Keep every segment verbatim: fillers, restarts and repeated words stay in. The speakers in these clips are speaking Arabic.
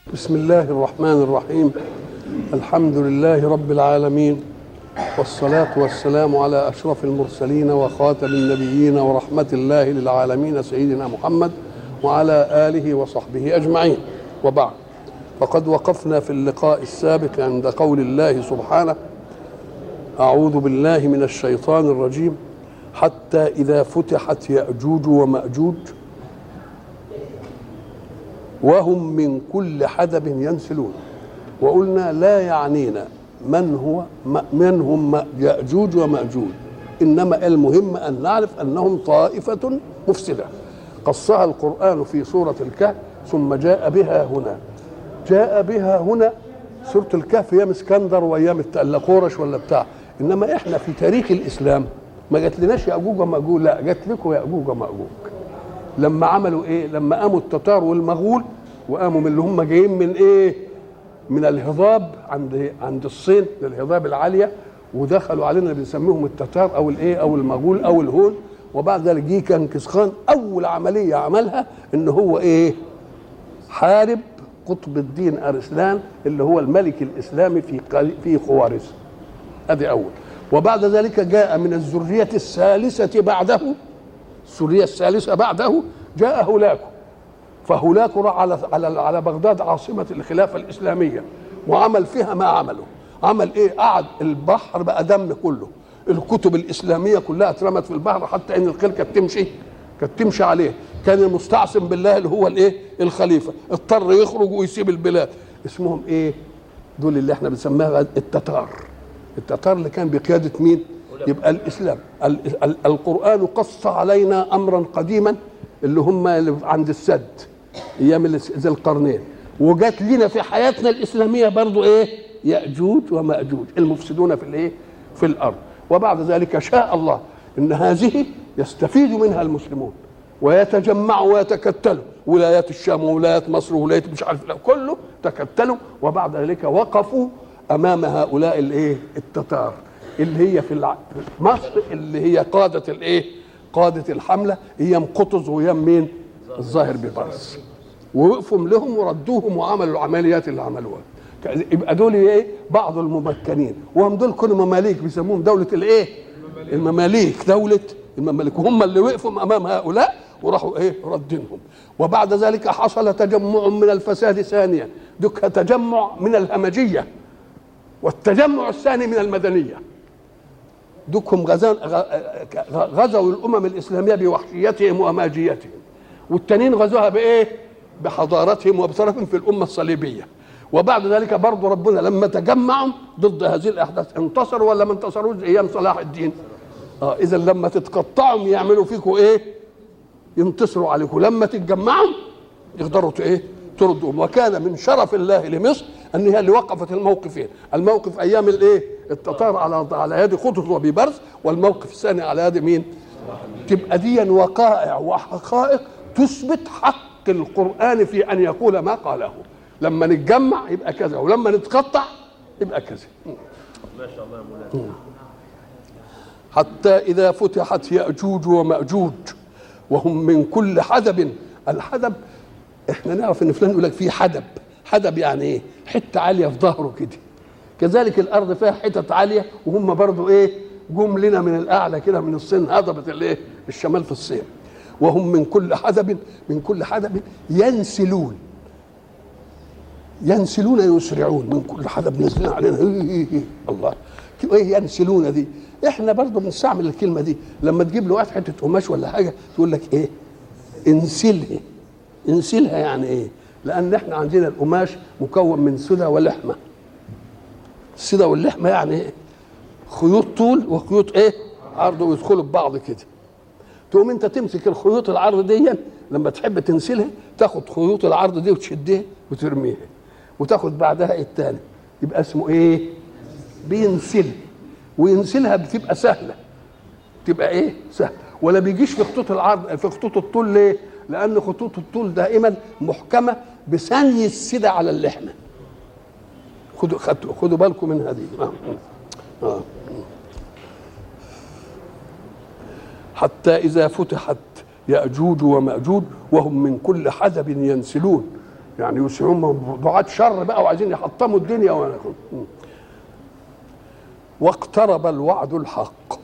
بسم الله الرحمن الرحيم. الحمد لله رب العالمين، والصلاة والسلام على أشرف المرسلين وخاتم النبيين ورحمة الله للعالمين سيدنا محمد وعلى آله وصحبه أجمعين، وبعد. فقد وقفنا في اللقاء السابق عند قول الله سبحانه: أعوذ بالله من الشيطان الرجيم، حتى إذا فتحت يأجوج ومأجوج وهم من كل حدب ينسلون. وقلنا لا يعنينا من هو من هم يأجوج ومأجوج، إنما المهم أن نعرف أنهم طائفة مفسدة قصها القرآن في سورة الكهف، ثم جاء بها هنا جاء بها هنا سورة الكهف أيام اسكندر وأيام القورش ولا بتاع، إنما إحنا في تاريخ الإسلام ما جات لناش يأجوج ومأجوج، لا جات لكم يأجوج ومأجوج لما عملوا ايه؟ لما قاموا التتار والمغول، وقاموا من اللي هم جايين من ايه؟ من الهضاب عند عند الصين، الهضاب العاليه، ودخلوا علينا بنسميهم التتار او الايه او المغول او الهون. وبعد ذلك جه كنكس خان، اول عمليه عملها ان هو ايه؟ حارب قطب الدين ارسلان اللي هو الملك الاسلامي في في خوارزم. ادي اول. وبعد ذلك جاء من الذريه الثالثه بعده، السورية الثالثة بعده جاء هولاكو، فهولاكو راح على على على بغداد عاصمة الخلافة الإسلامية وعمل فيها ما عمله. عمل إيه؟ قعد البحر بقى دم كله، الكتب الإسلامية كلها اترمت في البحر، حتى إن الخيل كانت تمشي كانت تمشي عليه. كان المستعصم بالله اللي هو الإيه؟ الخليفة اضطر يخرج ويسيب البلاد. اسمهم إيه؟ دول اللي إحنا بنسميها التتار. التتار اللي كان بقيادة مين؟ يبقى الإسلام. القرآن قص علينا أمرا قديما اللي هم عند السد أيام ذي القرنين، وجات لنا في حياتنا الإسلامية برضو إيه؟ يأجوج ومأجوج المفسدون في الإيه؟ في الأرض. وبعد ذلك شاء الله إن هذه يستفيد منها المسلمون ويتجمعوا ويتكتلوا، ولايات الشام وولايات مصر وولايات مش عارف كله تكتلوا، وبعد ذلك وقفوا أمام هؤلاء الإيه؟ التتار اللي هي في مصر، اللي هي قادة الايه؟ قادة الحملة، ايام قطز وايام مين؟ الظاهر ببرس. ووقفوا لهم وردوهم وعملوا العمليات اللي عملوها. يبقى دول ايه؟ بعض الممكنين، وهم دول كانوا مماليك بيسموهم دولة الايه؟ المماليك، دولة المماليك، وهم اللي وقفوا امام هؤلاء وراحوا ايه؟ ردينهم. وبعد ذلك حصل تجمع من الفساد ثانيا، دك تجمع من الهمجية، والتجمع الثاني من المدنية. دوكهم غزوا الامم الاسلاميه بوحشيتهم وهمجيتهم، والتانيين غزوها بايه؟ بحضارتهم وبصرفهم في الامه الصليبيه. وبعد ذلك برضه ربنا لما تجمعوا ضد هذه الاحداث انتصروا ولا ما انتصروش ايام صلاح الدين؟ اه اذا لما تتقطعوا يعملوا فيكم ايه؟ ينتصروا عليكم. لما تتجمعوا يقدروا ايه؟ تردهم. وكان من شرف الله لمصر ان هي اللي وقفت الموقفين، الموقف ايام الايه؟ التتار على على يد قطز وبيبرس، والموقف الثاني على يد مين؟ تبقى دي وقائع وحقائق تثبت حق القرآن في ان يقول ما قاله. لما نتجمع يبقى كذا، ولما نتقطع يبقى كذا. ما شاء الله يا مولانا. حتى اذا فتحت يأجوج ومأجوج وهم من كل حدب. الحدب احنا نعرف ان فلان يقول لك في حدب، حدب يعني ايه؟ حته عاليه في ظهره كده. كذلك الارض فيها حتت عاليه، وهم برضو ايه؟ جم لنا من الاعلى كده من الصين، هضبت الايه؟ الشمال في الصين. وهم من كل حدب من كل حدب ينسلون. ينسلون يسرعون، من كل حدب نازلين علينا. هي هي الله، ايه ينسلون دي؟ احنا برضو بنستعمل الكلمه دي لما تجيب له واحد حته قماش ولا حاجه تقول لك ايه؟ انسلها. انسلها يعني ايه؟ لان احنا عندنا القماش مكون من سدى ولحمه. السدى واللحمه يعني ايه؟ خيوط طول وخيوط ايه؟ عرض، ويدخلوا ببعض كده. تقوم انت تمسك الخيوط العرض دي لما تحب تنسلها، تاخد خيوط العرض دي وتشدها وترميها، وتاخد بعدها الثاني، يبقى اسمه ايه؟ بينسلها. وينسلها بتبقى سهله، تبقى ايه؟ سهله. ولا بيجيش في خطوط العرض، في خطوط الطول. ليه؟ لأن خطوط الطول دائما محكمة بثني السدى على اللحمة. خدوا خدوا بالكم من هذه. آه. آه. حتى إذا فتحت يأجوج ومأجوج وهم من كل حدب ينسلون. يعني يسعون موضوعات شر بقى وعايزين يحطموا الدنيا وانا واقترب الوعد الحق.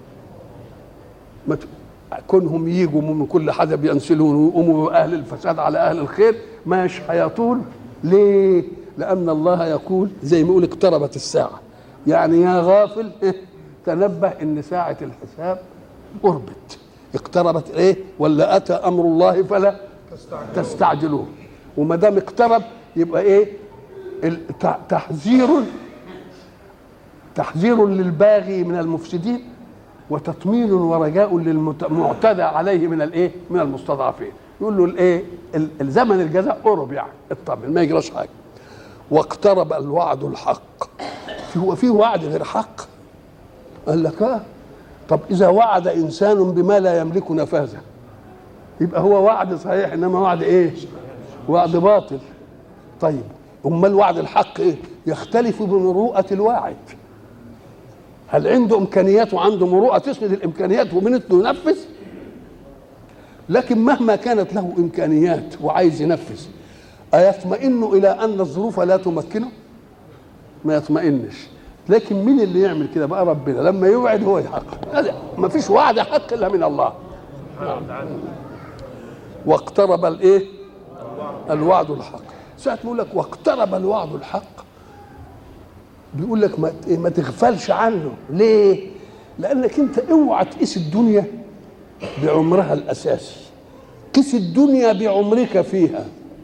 كونهم يجوا من كل حدب ينسلون ويقوموا اهل الفساد على اهل الخير مش هيطول. ليه؟ لان الله يقول زي ما يقول اقتربت الساعه، يعني يا غافل تنبه ان ساعه الحساب قربت. اقتربت ايه؟ ولا اتى امر الله فلا تستعجلوه. وما دام اقترب يبقى ايه؟ تحذير تحذير للباغي من المفسدين وتطمين ورجاء للمعتدى عليه من الايه؟ من المستضعفين. يقول له الايه؟ الزمن الجزاء قرب، يعني اطمن ما يجراش حاجه. واقترب الوعد الحق. هو في وعد غير حق؟ قال لك اه. طب اذا وعد انسان بما لا يملك نفاذه يبقى هو وعد صحيح، انما وعد ايه؟ وعد باطل. طيب امال الوعد الحق ايه؟ يختلف بمروءه الواعد. هل عنده امكانيات وعنده مروءه تسند الامكانيات ومن ينفذ؟ لكن مهما كانت له امكانيات وعايز ينفذ ايطمئن الى ان الظروف لا تمكنه؟ ما يطمئنش. لكن مين اللي يعمل كده بقى؟ ربنا لما يوعد هو يحقق. ما فيش وعد حق الا من الله. واقترب الايه؟ الوعد الحق. ساعة ما يقول لك واقترب الوعد الحق بيقول لك ما, ما تغفلش عنه. ليه؟ لانك انت اوعى تقيس الدنيا بعمرها الاساسي، قيس الدنيا بعمرك فيها.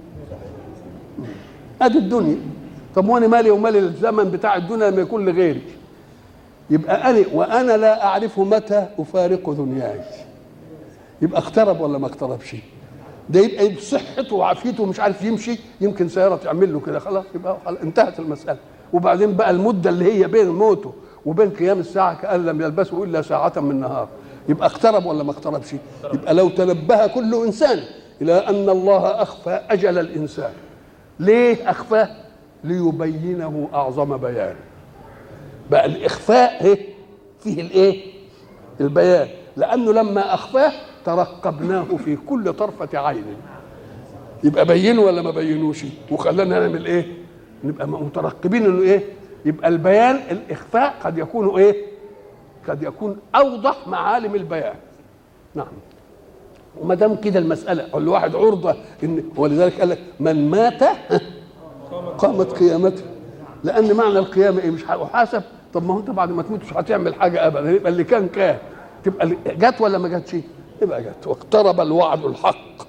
ادي الدنيا. طب وانا مالي ومال الزمن بتاع الدنيا لما يكون لغيري؟ يبقى انا وانا لا اعرف متى افارق دنياي. يبقى اقترب ولا ما اقتربش؟ ده يبقى بصحته وعافيته مش عارف يمشي، يمكن سياره تعمل له كده خلاص يبقى انتهت المساله. وبعدين بقى المده اللي هي بين موته وبين قيام الساعه كأن لم يلبسوا الا ساعه من نهار. يبقى اقترب ولا ما اقتربش؟ يبقى لو تنبه كل انسان الى ان الله اخفى اجل الانسان. ليه اخفاه؟ ليبينه اعظم بيان. بقى الاخفاء ايه؟ فيه الايه؟ البيان. لانه لما اخفاه ترقبناه في كل طرفه عين. يبقى بينه ولا ما بينوش؟ وخلانا نعمل ايه؟ نبقى مترقبين انه ايه؟ يبقى البيان الاخفاء قد يكون ايه؟ قد يكون اوضح معالم البيان. نعم. وما دام كده المساله الواحد عرضه ان ولذلك قال لك من مات قامت قيامته. لان معنى القيامه ايه؟ مش هحاسب. طب ما هو انت بعد ما تموت مش هتعمل حاجه ابدا. يبقى اللي كان كان تبقى جت ولا ما جاتش؟ يبقى جت. واقترب الوعد الحق.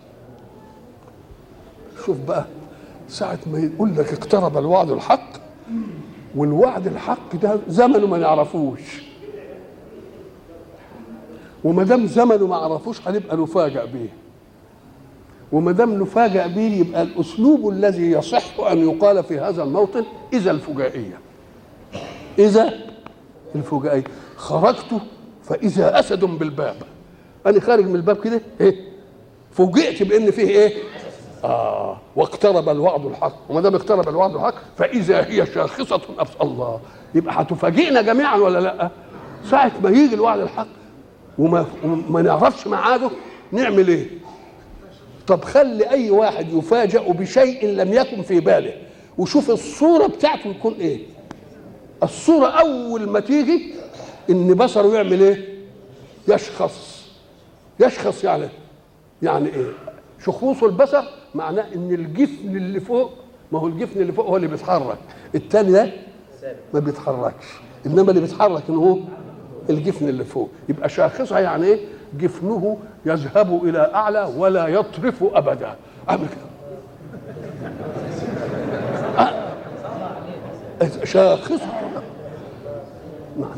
شوف بقى ساعه ما يقول لك اقترب الوعد الحق، والوعد الحق ده زمنه ما نعرفوش، وما دام زمنه ما عرفوش هنبقى نفاجأ بيه. وما دام نفاجأ بيه يبقى الاسلوب الذي يصح ان يقال في هذا الموطن اذا الفجائيه. اذا الفجائيه خرجت فاذا اسد بالباب. انا خارج من الباب كده ايه؟ فوجئت بان فيه ايه؟ اه واقترب الوعد الحق. وما دام اقترب الوعد الحق فاذا هي شاخصه ابصار الله. يبقى هتفاجئنا جميعا ولا لا؟ ساعه ما يجي الوعد الحق وما وما نعرفش ميعاده نعمل ايه؟ طب خلي اي واحد يفاجأ بشيء لم يكن في باله وشوف الصوره بتاعته يكون ايه. الصوره اول ما تيجي ان بصره يعمل ايه؟ يشخص. يشخص يعني يعني ايه؟ شخوص البصر معناه ان الجفن اللي فوق، ما هو الجفن اللي فوق هو اللي بيتحرك، التاني ده ما بيتحركش، انما اللي بيتحرك ان هو الجفن اللي فوق. يبقى شاخصها يعني ايه؟ جفنه يذهب الى اعلى ولا يطرف ابدا. اعمل كده شاخصها. نعم.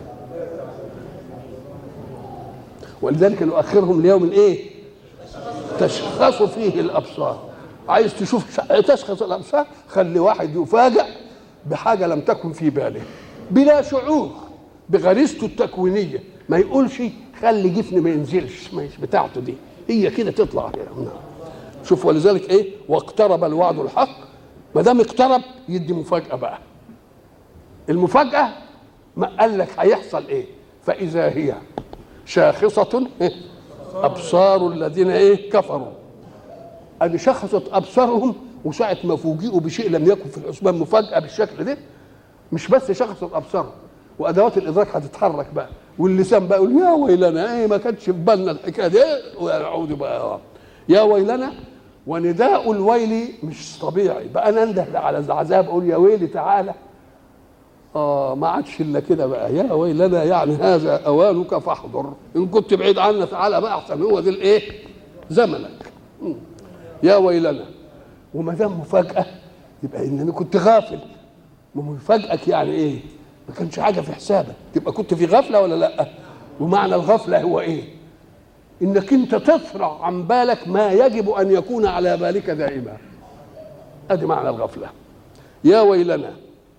ولذلك نؤخرهم ليوم ايه؟ تشخص فيه الابصار. عايز تشوف تشخص الابصار؟ خلي واحد يفاجأ بحاجه لم تكن في باله بلا شعور بغريزته التكوينيه. ما يقولش خلي جفن ما ينزلش، مش بتاعته دي، هي كده تطلع. شوف ولذلك ايه؟ واقترب الوعد الحق. ما دام اقترب يدي مفاجاه بقى. المفاجاه ما قال لك هيحصل ايه؟ فاذا هي شاخصه ابصار الذين ايه؟ كفروا. ادي شخصت ابصارهم وساعة ما فوجئوا بشيء لم يكن في الحسبان مفاجأة بالشكل ده، مش بس شخص الأبصار وأدوات الإدراك هتتحرك بقى، واللسان بقى يقول يا ويلنا، إيه ما كانش في بالنا الحكاية دي، ويعود بقى يا ويلنا. ونداء الويل مش طبيعي بقى، ننده على العذاب أقول يا ويلي تعالى. آه ما عادش إلا كده بقى، يا ويلنا يعني هذا أوانك فاحضر، إن كنت بعيد عنا تعالى بقى أحسن، هو ذي الإيه؟ زمنك. يا ويلنا. وما دام مفاجأة يبقى إنني كنت غافل، مفاجأك يعني إيه؟ ما كانش حاجة في حسابك، تبقى كنت في غفلة ولا لأ؟ ومعنى الغفلة هو إيه؟ إنك أنت تفرع عن بالك ما يجب أن يكون على بالك دائما. أدي معنى الغفلة. يا ويلنا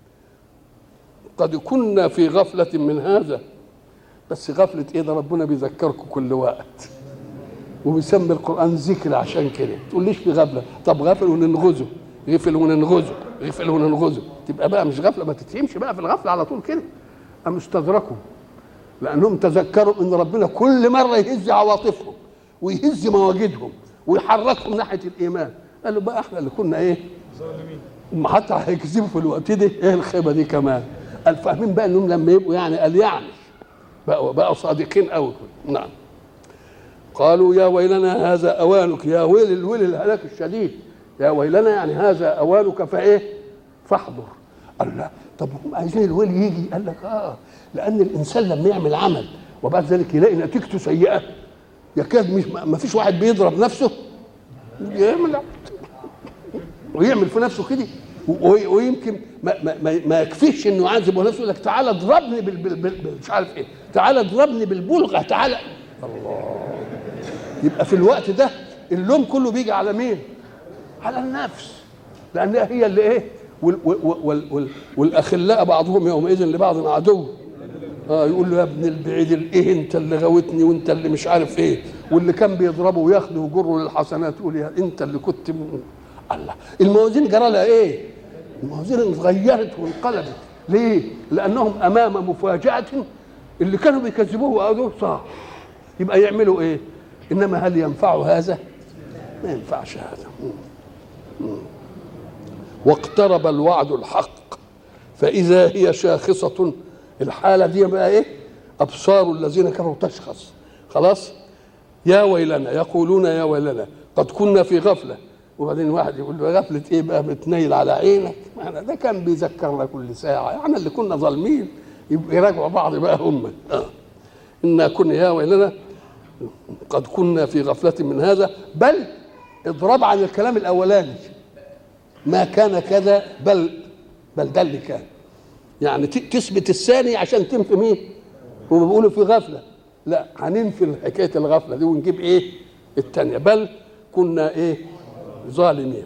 قد كنا في غفلة من هذا. بس غفلة إيه؟ ده ربنا بيذكركم كل وقت وبيسمي القرآن ذكر عشان كده. تقوليش في غفلة، طب غفل وننغزه، غفل وننغزه، غفل وننغزه، تبقى بقى مش غفلة، ما تتهمش بقى في الغفلة على طول كده. أم استدركوا لأنهم تذكروا إن ربنا كل مرة يهز عواطفهم ويهز مواجدهم ويحركهم ناحية الإيمان. قالوا بقى إحنا اللي كنا إيه؟ ظالمين. حتى هيكذبوا في الوقت ده، إيه الخيبة دي كمان؟ قال فاهمين بقى إنهم لما يبقوا يعني قال يعني بقوا بقوا صادقين قوي. نعم. قالوا يا ويلنا هذا أوانك، يا ويل الويل الهلاك الشديد، يا ويلنا يعني هذا أوانك فإيه؟ فاحضر. قال لا، طب هم عايزين الويل يجي؟ قال لك آه لأن الإنسان لما يعمل عمل وبعد ذلك يلاقي نتيجته سيئة يكاد مش ما فيش واحد بيضرب نفسه يعمل ويعمل في نفسه كده، ويمكن ما, ما, ما يكفيش انه يعذب نفسه، يقول لك تعالى اضربني بال, بال, بال مش عارف ايه، تعالى اضربني بالبلغه، تعالى. الله. يبقى في الوقت ده اللوم كله بيجي على مين؟ على النفس، لانها هي اللي ايه؟ وال وال وال والاخلاء بعضهم يومئذ لبعض عدو. اه يقول له يا ابن البعيد الايه انت اللي غوتني وانت اللي مش عارف ايه، واللي كان بيضربه وياخده ويجره للحسنات يقول يا انت اللي كنت من... الله. الموازين جرى لها ايه؟ الموازين اتغيرت وانقلبت. ليه؟ لانهم امام مفاجاه اللي كانوا بيكذبوه وقالوا صح، يبقى يعملوا ايه؟ انما هل ينفع هذا؟ ما ينفعش هذا. واقترب الوعد الحق فاذا هي شاخصه. الحاله دي بقى ايه؟ ابصار الذين كفروا تشخص. خلاص. يا ويلنا، يقولون يا ويلنا قد كنا في غفله. وبعدين واحد يقول له غفله ايه بقى بتنيل على عينك؟ معنا ده كان بيذكرنا كل ساعه، احنا اللي كنا ظالمين. يبقى يراجعوا بعض بقى هم. آه. إنا كنا يا ويلنا قد كنا في غفلة من هذا، بل اضرب عن الكلام الأولاني ما كان كذا، بل بل ده اللي كان، يعني تثبت الثاني عشان تنفي مين؟ هم بيقولوا في غفلة، لا هننفي حكاية الغفلة دي ونجيب ايه؟ الثانية، بل كنا ايه؟ ظالمين.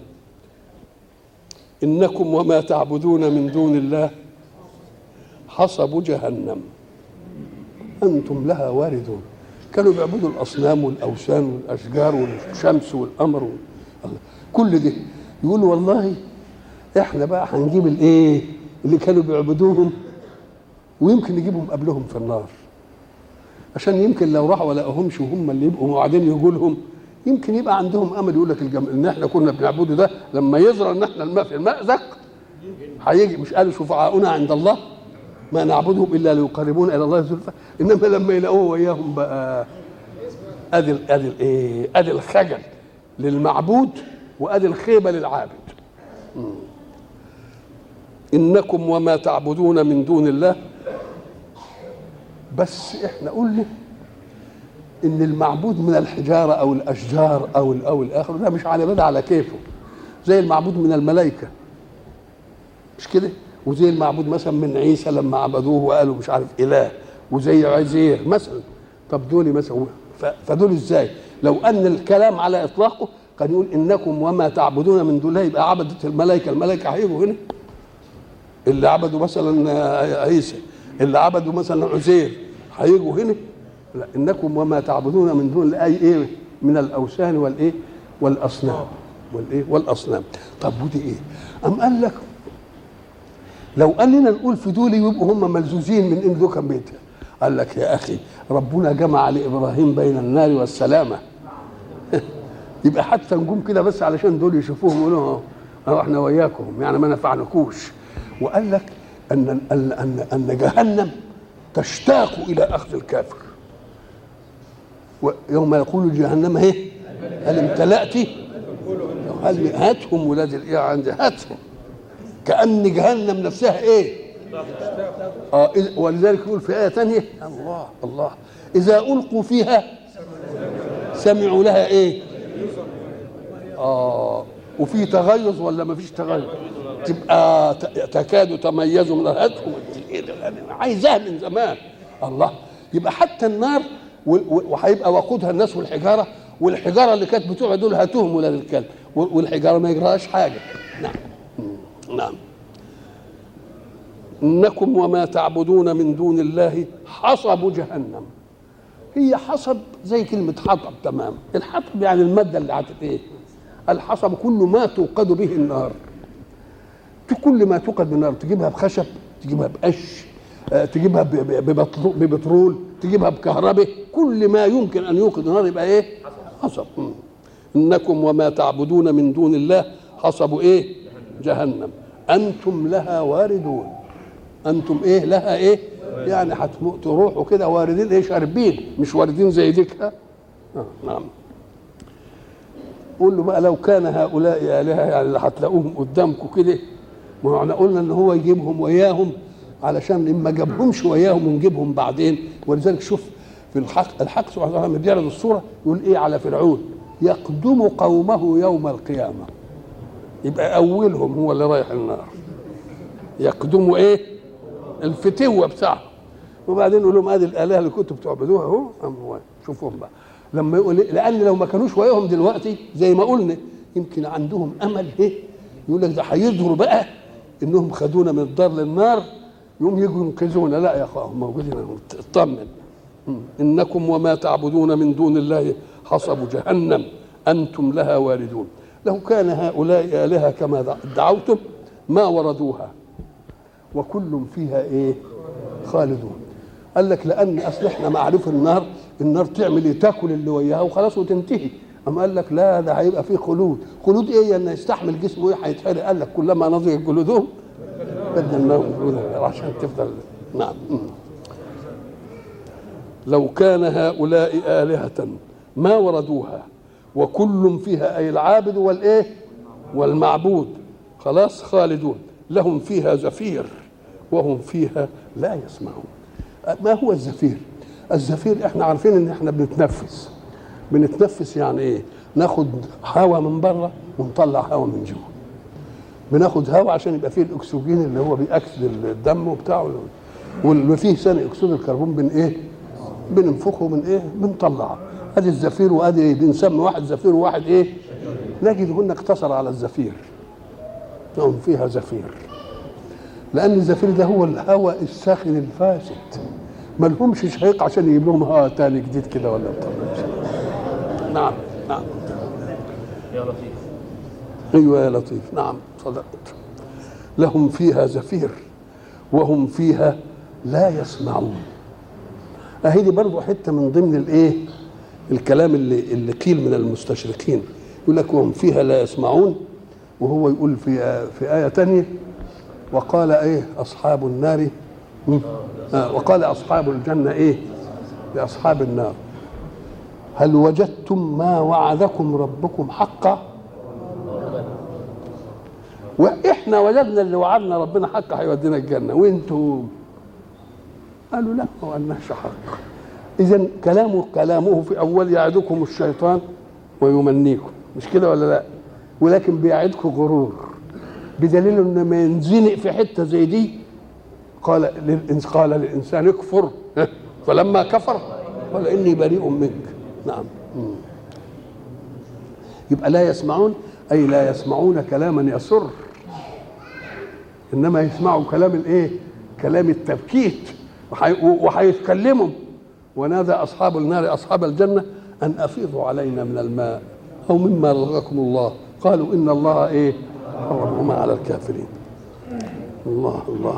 إنكم وما تعبدون من دون الله حصب جهنم أنتم لها واردون. كانوا بيعبدوا الأصنام والأوثان والأشجار والشمس والقمر وال... كل ده يقولوا والله إحنا بقى هنجيب الإيه اللي كانوا بيعبدوهم ويمكن نجيبهم قبلهم في النار، عشان يمكن لو راحوا ولا لقوهمش وهم اللي يبقوا وبعدين يقولوا لهم يمكن يبقى عندهم أمل، يقول لك الجم... إن إحنا كنا بنعبده ده لما يظهر إن إحنا الماء في المأزق هيجي. مش قالوا شفعاؤنا عند الله ما نعبدهم الا ليقربونا الى الله زلفى، انما لما يلاقوه وياهم بقى ادي ادي الايه؟ ادي الخجل للمعبود وادي الخيبه للعابد. مم. انكم وما تعبدون من دون الله. بس احنا قلنا ان المعبود من الحجاره او الاشجار او او الاخر ده مش على بدا على كيفه، زي المعبود من الملائكه مش كده، وزي المعبود مثلا من عيسى لما عبدوه وقالوا مش عارف اله، وزي عزير مثلا. طب دول مثلا فدول ازاي؟ لو ان الكلام على اطلاقه كان يقول انكم وما تعبدون من دون الله، يبقى عبدت الملائكه، الملائكه هيجوا هنا. اللي عبدوا مثلا عيسى، اللي عبدوا مثلا عزير هيجوا هنا. لا، انكم وما تعبدون من دون الله اي ايه؟ من الاوثان والايه؟ والاصنام والايه؟ والاصنام. طب ودي ايه؟ ام قال لك لو قال لنا نقول في دول يبقوا هم ملزوزين من ان ذو كان بيتها. قال لك يا اخي ربنا جمع لابراهيم بين النار والسلامه. يبقى حتى نقوم كده بس علشان دول يشوفوهم يقولوا اه احنا وياكم يعني ما نفعناكوش. وقال لك ان ان ان, أن جهنم تشتاق الى اخذ الكافر. ويوم يقول جهنم ايه هل امتلأت هل هاتهم ولاد الايه عندي هاتهم، كأن جهنم نفسها ايه اه. ولذلك يقول في آية ثانية الله الله إذا ألقوا فيها سمعوا لها ايه اه. وفي تغيظ ولا ما فيش تغيظ؟ تبقى تكاد تميز من هاتهم عايزاها من زمان الله. يبقى حتى النار وهيبقى وقودها الناس والحجاره، والحجاره اللي كانت بتوع دول هاتوهم ولاد الكلب، والحجاره ما يجراش حاجه. نعم نعم. انكم وما تعبدون من دون الله حصب جهنم. هي حصب زي كلمه حطب تمام. الحطب يعني الماده اللي عطت ايه. الحصب كل ما توقد به النار. كل ما توقد بالنار تجيبها بخشب، تجيبها بقش، تجيبها ببترول، تجيبها بكهرباء، كل ما يمكن ان يوقد النار يبقى ايه حصب. انكم وما تعبدون من دون الله حصب ايه جهنم انتم لها واردون. انتم ايه لها ايه يعني هتروحوا كده واردين ايه شاربين، مش واردين زي ديك. آه نعم. قول له بقى لو كان هؤلاء آلهة يعني اللي هتلاقوهم قدامكم كده، ما احنا قلنا ان هو يجيبهم وياهم علشان اما جابهمش وياهم ونجيبهم بعدين. ولذلك شوف في الحق الحق سبحانه وتعالى بيعرض الصوره يقول ايه على فرعون يقدم قومه يوم القيامه. يبقى اولهم هو اللي رايح النار، يقدموا ايه الفتوه بتاعهم، وبعدين يقول لهم ادي الالهه اللي كنتوا بتعبدوها اهو هو شوفوهم بقى. لما يقول لان لو ما كانوش وياهم دلوقتي زي ما قلنا يمكن عندهم امل ايه يقول لك ده هيظهروا بقى انهم خدونا من الدار للنار يوم يجوا ينقذونا. لا يا اخوان موجودين اطمن. انكم وما تعبدون من دون الله حصب جهنم انتم لها واردون. لو كان هؤلاء آلهة كما دعوتم ما وردوها وكل فيها ايه خالدون. قال لك لان اصل احنا معروف النار النار تعمل ايه تاكل اللي وياها وخلاص وتنتهي. اما قال لك لا ده هيبقى فيه خلود. خلود ايه ان يستحمل جسمه ايه هيتحرق. قال لك كلما نضجت جلودهم بدلناهم جلودا عشان تفضل. نعم. لو كان هؤلاء آلهة ما وردوها وكل فيها أي العابد والإيه والمعبود خلاص خالدون لهم فيها زفير وهم فيها لا يسمعون. ما هو الزفير؟ الزفير احنا عارفين ان احنا بنتنفس. بنتنفس يعني ايه؟ ناخد هواء من بره ونطلع هواء من جوه. بناخد هواء عشان يبقى فيه الاكسجين اللي هو بيأكسد الدم وبتاعه، واللي فيه ثاني اكسيد الكربون بن ايه؟ بننفخه من ايه؟ بنطلعه. ادي الزفير وادي ايه؟ بنسمي واحد زفير وواحد ايه؟ نجد هن اقتصر على الزفير. لهم فيها زفير. لان الزفير ده هو الهواء الساخن الفاسد. ما لهمش شهيق عشان يجيب لهم هواء تاني جديد كده ولا بتاع. نعم نعم. يا لطيف. ايوه يا لطيف. نعم صدقت. لهم فيها زفير وهم فيها لا يسمعون. اهي دي برضه حته من ضمن الايه الكلام اللي اللي قيل من المستشرقين. يقول لك وهم فيها لا يسمعون، وهو يقول في في ايه ثانيه وقال ايه اصحاب النار آه وقال اصحاب الجنه ايه لاصحاب النار هل وجدتم ما وعدكم ربكم حقا؟ واحنا وجدنا اللي وعدنا ربنا حقا هيودينا الجنه وانتم قالوا لا ما قالناش حق. اذا كلامه كلامه في اول يعدكم الشيطان ويمنيكم، مش كده ولا لا؟ ولكن بيعدكم غرور بدليل ان ما ينزنق في حته زي دي قال للإنس قال للانسان اكفر فلما كفر قال اني بريء منك. نعم. يبقى لا يسمعون اي لا يسمعون كلاما يسر، انما يسمعوا كلام الايه؟ كلام التبكيت. وهيتكلموا ونادى اصحاب النار اصحاب الجنه ان افيضوا علينا من الماء او مما رزقكم الله قالوا ان الله ايه حرمهما على الكافرين. الله الله.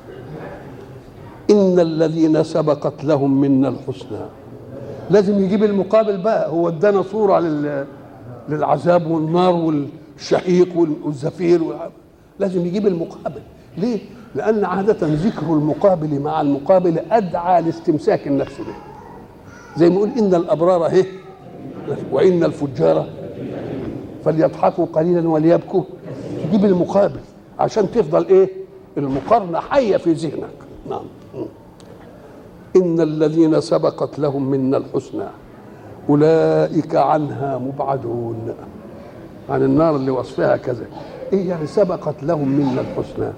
ان الذين سبقت لهم منا الحسنى. لازم يجيب المقابل بقى. هو ادانا صوره لل للعذاب والنار الشهيق والزفير وال... لازم يجيب المقابل. ليه؟ لأن عادة ذكر المقابل مع المقابل أدعى لاستمساك النفس به. زي ما يقول إن الأبرار اهي وإن الفجار فليضحكوا قليلا وليبكوا. تجيب المقابل عشان تفضل إيه؟ المقارنة حية في ذهنك. نعم. إن الذين سبقت لهم منا الحسنى أولئك عنها مبعدون. عن النار اللي وصفها كذا. إيه يعني سبقت لهم منا الحسنى؟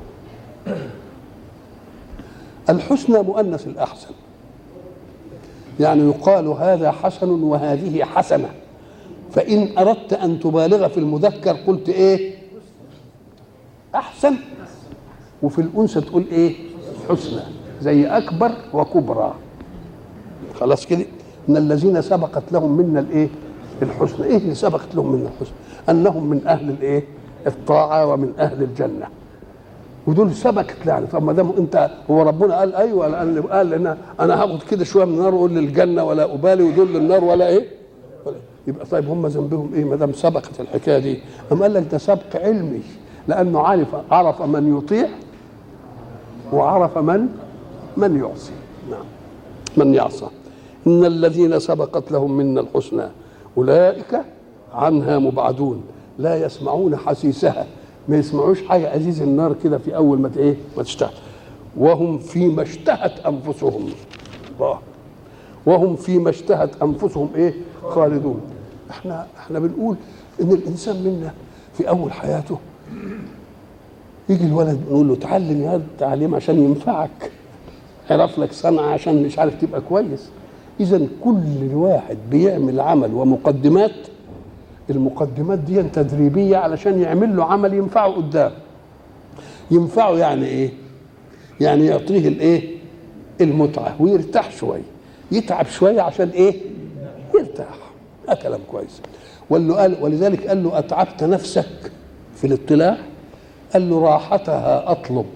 الحسنى مؤنث الأحسن، يعني يقال هذا حسن وهذه حسنة. فإن أردت أن تبالغ في المذكر قلت إيه؟ أحسن. وفي الأنثى تقول إيه؟ حسنى. زي أكبر وكبرى. خلاص كده. إن الذين سبقت لهم منا الإيه؟ الحسنى. إيه اللي سبقت لهم منا الحسنى؟ أنهم من أهل الإيه؟ الطاعة ومن أهل الجنة. ودول سبكت يعني. طب ما دام انت هو ربنا قال ايوه لان قال لان انا هاخد كده شويه من النار واقول للجنه ولا ابالي ودول للنار ولا ايه؟ ولا يبقى طيب هم ذنبهم ايه ما دام سبقت الحكايه دي؟ اما قال لك ده سبق علمي لانه عرف عرف من يطيع وعرف من من يعصي. نعم. من يعصى. ان الذين سبقت لهم منا الحسنى اولئك عنها مبعدون لا يسمعون حسيسها. ما يسمعوش حاجه ازيز النار كده في اول ما ايه ما تشتهي. وهم فيما اشتهت انفسهم الله وهم فيما اشتهت انفسهم ايه خالدون. احنا احنا بنقول ان الانسان منا في اول حياته يجي الولد نقول له تعلم هذا التعليم عشان ينفعك، اعرف لك صنعه عشان مش عارف تبقى كويس. اذا كل واحد بيعمل عمل ومقدمات، المقدمات دي تدريبيه علشان يعمل له عمل ينفعه قدام. ينفعه يعني ايه؟ يعني يعطيه الايه؟ المتعه ويرتاح شويه، يتعب شويه عشان ايه؟ يرتاح. ده كلام كويس. والله قال ولذلك قال له اتعبت نفسك في الاطلاع، قال له راحتها اطلب.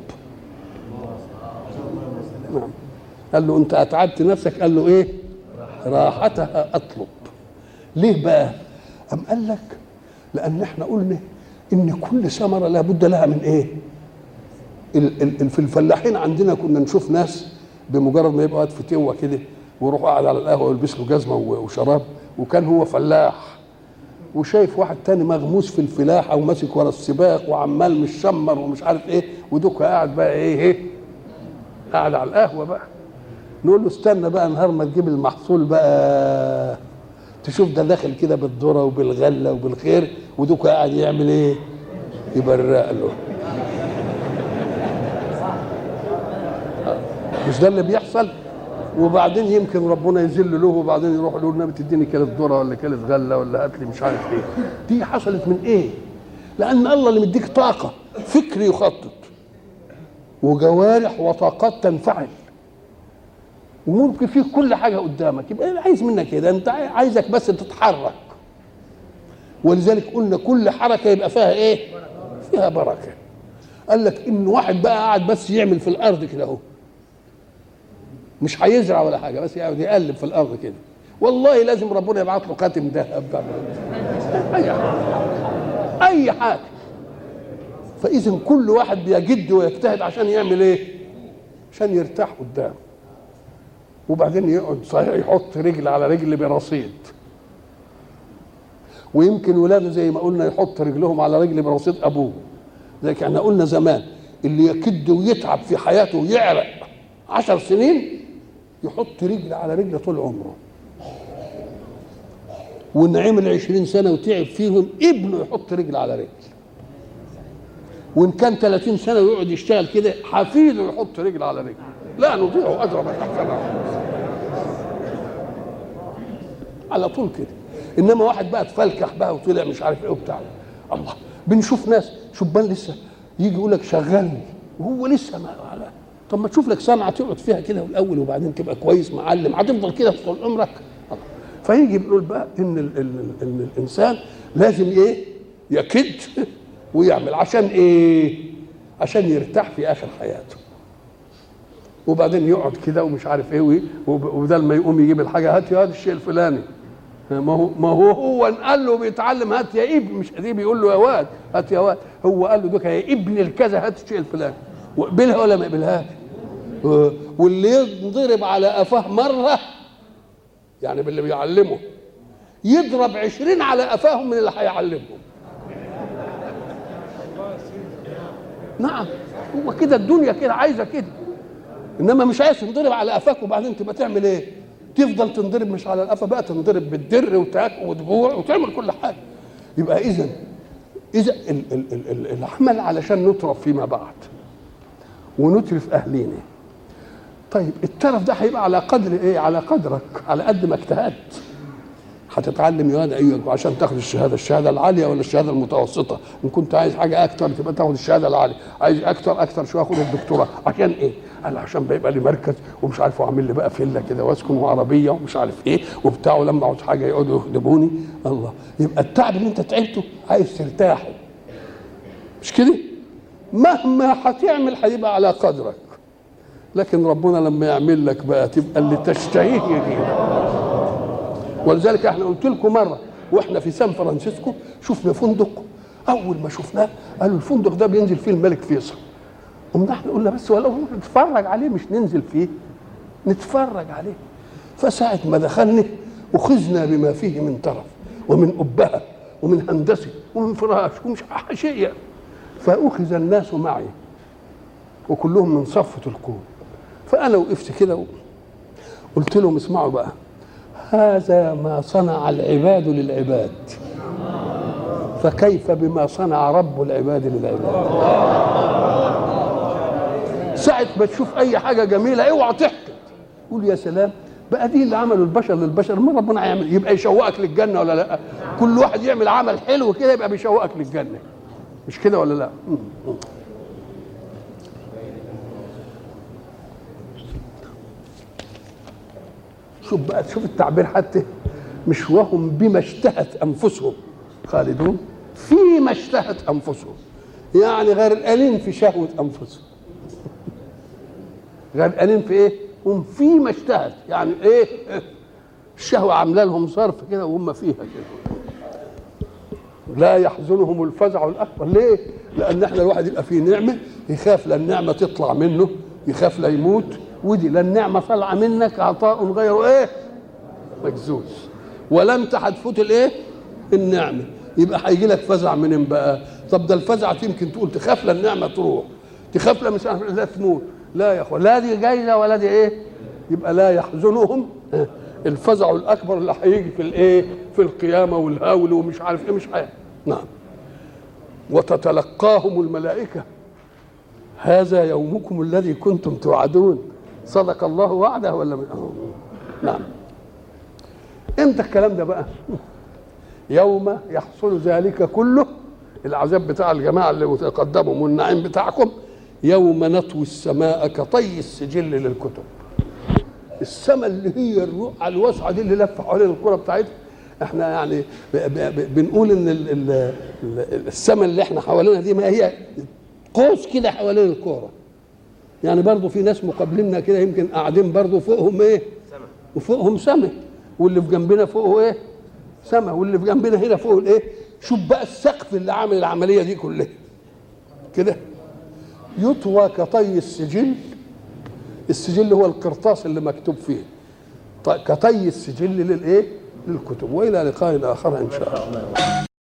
نعم. قال له انت اتعبت نفسك، قال له ايه؟ راحتها اطلب. ليه بقى؟ أم قال لك لأن احنا قلنا إن كل ثمرة لابد لها من إيه؟ في الفلاحين عندنا كنا نشوف ناس بمجرد ما يبقى وقت فتوة كده ويروح قاعد على القهوة ويلبس له جزمة وشراب، وكان هو فلاح وشايف واحد تاني مغموس في الفلاحة وماسك ورا السباق وعمال مش شمر ومش عارف إيه، ودوك قاعد بقى إيه إيه؟ قاعد على القهوة بقى. نقول له استنى بقى نهار ما تجيب المحصول بقى تشوف ده داخل كده بالذره وبالغله وبالخير، ودوك قاعد يعمل ايه؟ يبرق له. مش ده اللي بيحصل؟ وبعدين يمكن ربنا يذل له وبعدين يروح له النبي تديني كيلة ذره ولا كيلة غله ولا هات لي مش عارف ايه. دي حصلت من ايه؟ لان الله اللي مديك طاقه فكر يخطط وجوارح وطاقات تنفعل وممكن فيه كل حاجه قدامك. يبقى عايز منك كده، انت عايزك بس تتحرك. ولذلك قلنا كل حركه يبقى فيها ايه؟ فيها بركه. قال لك ان واحد بقى قاعد بس يعمل في الارض كده اهو، مش هيزرع ولا حاجه، بس يقعد يقلب في الارض كده، والله لازم ربنا يبعت له خاتم ذهب اي حاجه اي حاجه. فاذا كل واحد بيجد ويجتهد عشان يعمل ايه؟ عشان يرتاح قدام. وبعدين يقعد صحيح يحط رجل على رجل برصيد، ويمكن ولاده زي ما قلنا يحط رجلهم على رجل برصيد ابوه. زي احنا قلنا زمان اللي يكد ويتعب في حياته ويعرق عشر سنين يحط رجل على رجل طول عمره، وان عمل عشرين سنه وتعب فيهم ابنه يحط رجل على رجل، وان كان ثلاثين سنه ويقعد يشتغل كده حفيده يحط رجل على رجل. لا نضيع اجر من تحتنا على طول كده. انما واحد بقى اتفلكح بقى وطلع مش عارف ايه وبتاع. الله، بنشوف ناس شبان لسه يجي يقول لك شغلني وهو لسه ما على. طب ما تشوف لك صنعه تقعد فيها كده الاول وبعدين تبقى كويس معلم، هتفضل كده طول عمرك. فيجي بنقول بقى ان ال ال ال الانسان لازم ايه؟ يكد ويعمل عشان ايه؟ عشان يرتاح في اخر حياته. وبعدين يقعد كده ومش عارف ايه، وبدل ما يقوم يجيب الحاجه هات يا هذا الشيء الفلاني، ما هو ما هو هو قال له بيتعلم هات يا ابن، مش دي بيقول له يا واد هات يا واد، هو قال له دوك يا ابن الكذا هات الشيء الفلاني، وقبلها ولا ما قبلهاش؟ واللي ينضرب على قفاه مره يعني باللي بيعلمه يضرب عشرين على قفاهم من اللي هيعلمهم. نعم هو كده الدنيا كده عايزه كده، انما مش عايز تنضرب على قفاك وبعدين تبقى تعمل ايه؟ تفضل تنضرب مش على القفا بقى، تنضرب بالدر وتاك ودبوع وتعمل كل حاجه. يبقى اذا اذا العمل علشان نترف فيما بعد ونترف اهلينا. طيب الترف ده هيبقى على قدر ايه؟ على قدرك، على قد ما اجتهدت. هتتعلم يا ايوه عشان تاخد الشهاده الشهاده العاليه ولا الشهاده المتوسطه؟ ان كنت عايز حاجه اكتر تبقى تاخد الشهاده العاليه، عايز اكتر اكتر شويه خد الدكتوراه. عشان ايه؟ قال عشان بيبقى لي مركز ومش عارف اعمل لي بقى فيلا كده واسكن وعربيه ومش عارف ايه وبتاع، ولما عاوز حاجه يقعدوا يخدموني. الله، يبقى التعب اللي انت تعبته عايز ترتاحه، مش كده؟ مهما هتعمل هيبقى على قدرك، لكن ربنا لما يعمل لك بقى تبقى اللي تشتهيه يجيلك. ولذلك احنا قلت لكم مره واحنا في سان فرانسيسكو شفنا فندق، اول ما شفناه قالوا الفندق ده بينزل فيه الملك فيصل. قمنا احنا قلنا بس ولو نتفرج عليه مش ننزل فيه، نتفرج عليه. فساعه ما دخلنا اخذنا بما فيه من طرف ومن ابهه ومن هندسه ومن فراش ومش حاشيه، فاخذ الناس معي وكلهم من صفه القوم. فانا وقفت كده قلت لهم اسمعوا بقى، هذا ما صنع العباد للعباد، فكيف بما صنع رب العباد للعباد؟ ساعة ما تشوف أي حاجة جميلة اوعى تحكي، قول يا سلام بقى دي اللي عمله البشر للبشر، ما ربنا هيعمل يبقى يشوقك للجنة ولا لا؟ كل واحد يعمل عمل حلو كده يبقى بيشوقك للجنة، مش كده ولا لا؟ شوف بقى شوف التعبير حتى مش وهم بما اشتهت انفسهم خالدون، فيما اشتهت انفسهم، يعني غرقانين في شهوه انفسهم. غرقانين في ايه؟ هم فيما اشتهت، يعني ايه؟ الشهوه عامله لهم ظرف كده وهم فيها كده. لا يحزنهم الفزع الاكبر، ليه؟ لان احنا الواحد يبقى فيه نعمه يخاف لا النعمه تطلع منه، يخاف لا يموت، ودي لا النعمه طالعه منك عطاء غير ايه؟ مجزوز، ولا انت هتفوت الايه؟ النعمه، يبقى هيجي لك فزع منين بقى؟ طب ده الفزع يمكن تقول تخاف لا النعمه تروح، تخاف لا مش عارف لا تموت، لا يا اخوان لا دي جايزه ولا دي ايه؟ يبقى لا يحزنهم الفزع الاكبر اللي هيجي في الايه؟ في القيامه والهول ومش عارف ايه، مش عارف. نعم. وتتلقاهم الملائكه هذا يومكم الذي كنتم توعدون، صدق الله وعده ولا من أهو. نعم. امتى الكلام ده بقى؟ يوم يحصل ذلك كله، العذاب بتاع الجماعه اللي تقدموا والنعيم بتاعكم، يوم نطوي السماء كطي السجل للكتب. السماء اللي هي الرقعه الواسعه دي اللي لفه حوالين الكره بتاعتها، احنا يعني بنقول ان السماء اللي احنا حوالينها دي ما هي قوس كده حوالين الكره، يعني برضو في ناس مقابليننا كده يمكن قاعدين برضو فوقهم ايه؟ سما، وفوقهم سما، واللي في جنبنا فوقه ايه؟ سما، واللي في جنبنا هنا فوق الايه؟ شوف بقى السقف اللي عامل العمليه دي كلها كده، يطوى كطي السجل. السجل هو القرطاس اللي مكتوب فيه، كطي السجل للايه؟ للكتب. والى لقاء اخر ان شاء الله.